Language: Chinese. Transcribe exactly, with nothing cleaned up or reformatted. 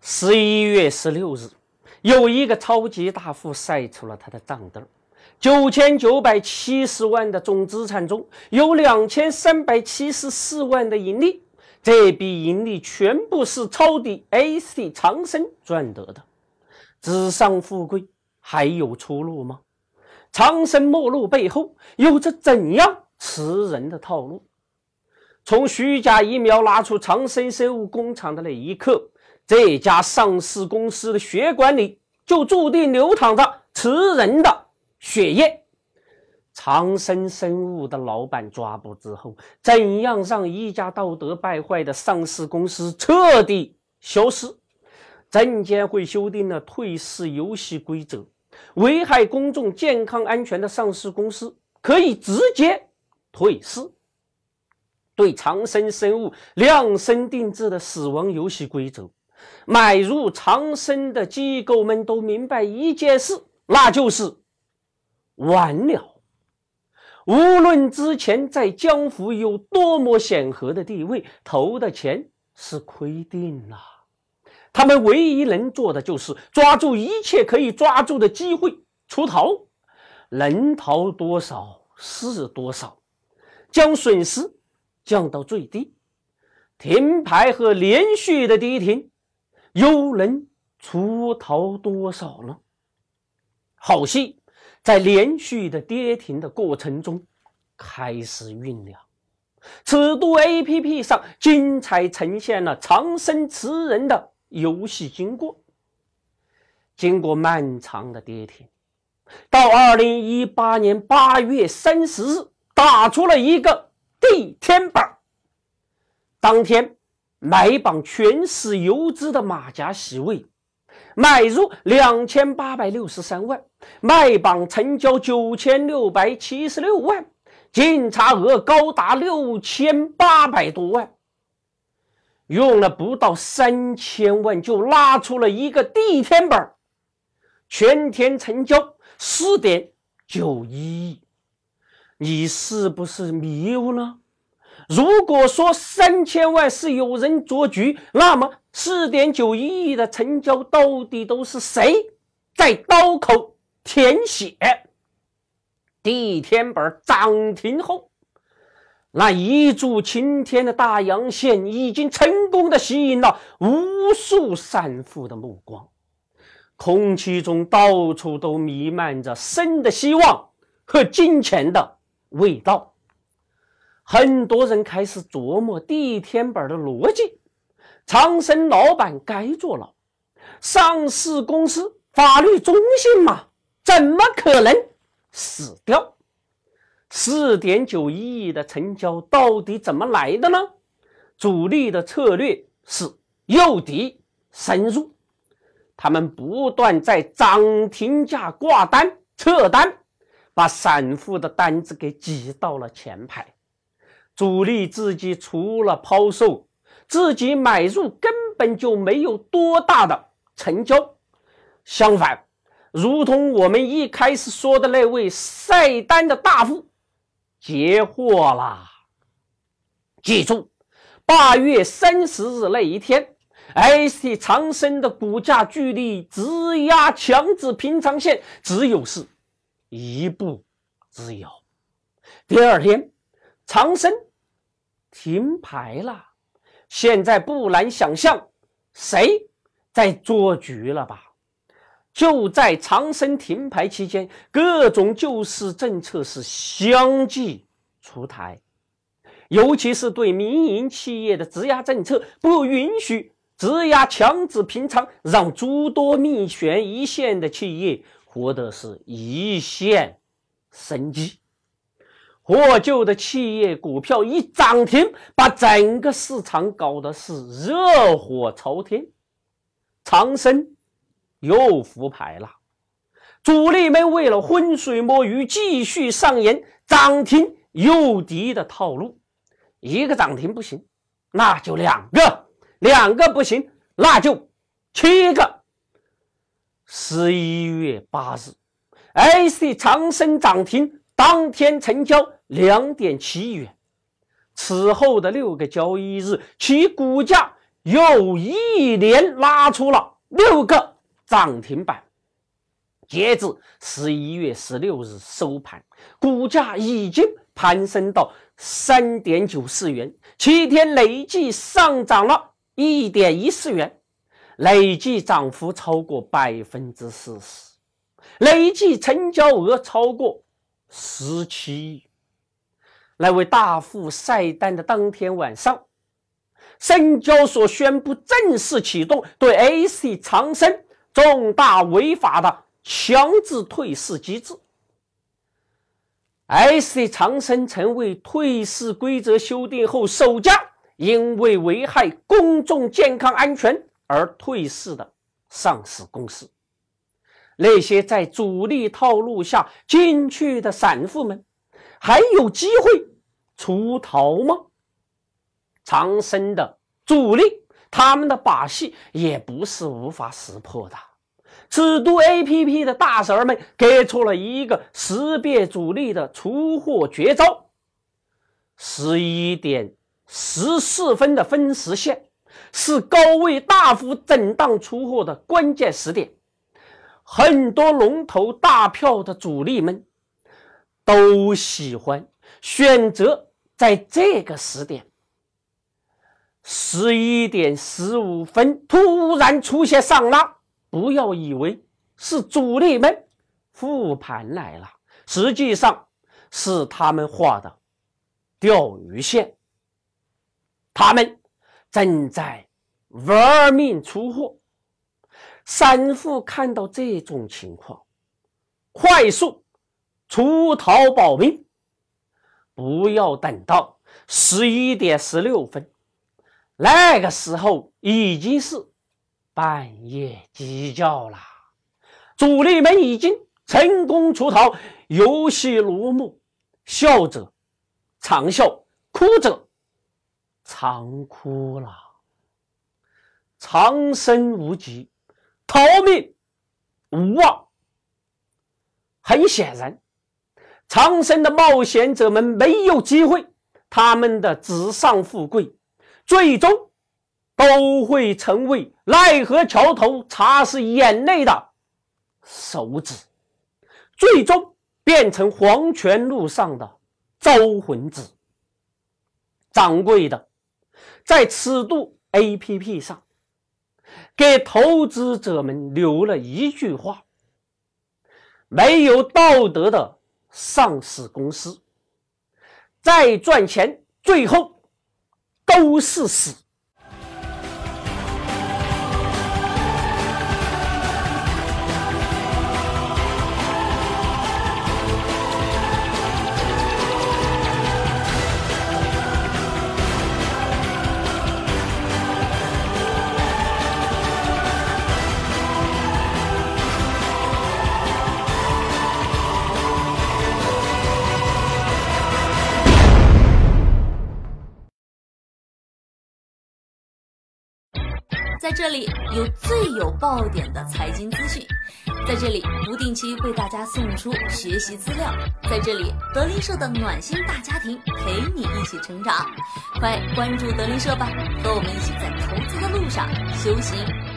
十一月十六日，有一个超级大户晒出了他的账单，九千九百七十万的总资产中有两千三百七十四万的盈利，这笔盈利全部是抄底 A S T 长生赚得的。纸上富贵还有出路吗？长生没落背后有着怎样吃人的套路？从虚假疫苗拿出长生生物工厂的那一刻，这家上市公司的血管里就注定流淌着吃人的血液。长生生物的老板抓捕之后，怎样让一家道德败坏的上市公司彻底消失？证监会修订了退市游戏规则，危害公众健康安全的上市公司可以直接退市。对长生生物量身定制的死亡游戏规则，买入长生的机构们都明白一件事，那就是完了。无论之前在江湖有多么显赫的地位，投的钱是亏定了。他们唯一能做的就是抓住一切可以抓住的机会出逃，能逃多少是多少，将损失降到最低。停牌和连续的跌停又能出逃多少呢？好戏在连续的跌停的过程中开始酝酿。尺度 A P P 上精彩呈现了长生吃人的游戏经过。经过漫长的跌停，到二零一八年八月三十日打出了一个地天板。当天买榜全是游资的马甲席位，买入两千八百六十三万，卖榜成交九千六百七十六万，净差额高达六千八百多万，用了不到三千万就拉出了一个地天板，全天成交 四点九一亿。你是不是迷糊呢？如果说三千万是有人做局，那么 四点九一亿的成交到底都是谁在刀口舔血？地天板涨停后，那一柱擎天的大阳线已经成功的吸引了无数散户的目光，空气中到处都弥漫着生的希望和金钱的味道。很多人开始琢磨地天板的逻辑，长生老板该坐牢，上市公司法律中性嘛，怎么可能死掉？ 四点九一亿的成交到底怎么来的呢？主力的策略是诱敌深入，他们不断在涨停价挂单撤单，把散户的单子给挤到了前排。主力自己除了抛售，自己买入根本就没有多大的成交。相反，如同我们一开始说的那位晒单的大户截获啦。记住，八月三十日那一天 A S T 长生的股价距离质押强制平仓线只有是一步之遥。第二天长生停牌了，现在不难想象谁在做局了吧？就在长生停牌期间，各种救市政策是相继出台，尤其是对民营企业的质押政策，不允许质押强制平仓，让诸多命悬一线的企业活得是一线生机。获救的企业股票一涨停，把整个市场搞得是热火朝天。长生又复牌了，主力们为了浑水摸鱼，继续上演涨停诱敌的套路。一个涨停不行，那就两个，两个不行，那就七个。十一月八日 A S T 长生涨停，当天成交 两点七元，此后的六个交易日，其股价又一连拉出了六个涨停板。截至十一月十六日收盘，股价已经攀升到 三点九四元，七天累计上涨了 一点一四元，累计涨幅超过 百分之四十， 累计成交额超过十七亿。那位大户晒单的当天晚上，深交所宣布正式启动对 A C 长生重大违法的强制退市机制。 A C 长生成为退市规则修订后首家因为危害公众健康安全而退市的上市公司。那些在主力套路下进去的散户们还有机会出逃吗？长生的主力，他们的把戏也不是无法识破的。尺度 A P P 的大神儿们给出了一个识别主力的出货绝招。十一点十四分的分时线是高位大幅震荡出货的关键时点，很多龙头大票的主力们都喜欢选择在这个时点。十一点十五分突然出现上拉，不要以为是主力们复盘来了，实际上是他们画的钓鱼线，他们正在玩命出货。散户看到这种情况，快速出逃保命，不要等到十一点十六分，那个时候已经是半夜鸡叫了，主力们已经成功出逃，游戏落幕，笑者常笑，哭者常哭了。长生无极，逃命无望。很显然，长生的冒险者们没有机会，他们的纸上富贵最终都会成为奈何桥头擦拭眼泪的手指，最终变成黄泉路上的招魂纸。掌柜的在尺度 A P P 上给投资者们留了一句话：没有道德的上市公司再赚钱最后都是死。 在这里有最有爆点的财经资讯，在这里不定期为大家送出学习资料，在这里德林社的暖心大家庭陪你一起成长。快关注德林社吧，和我们一起在投资的路上修行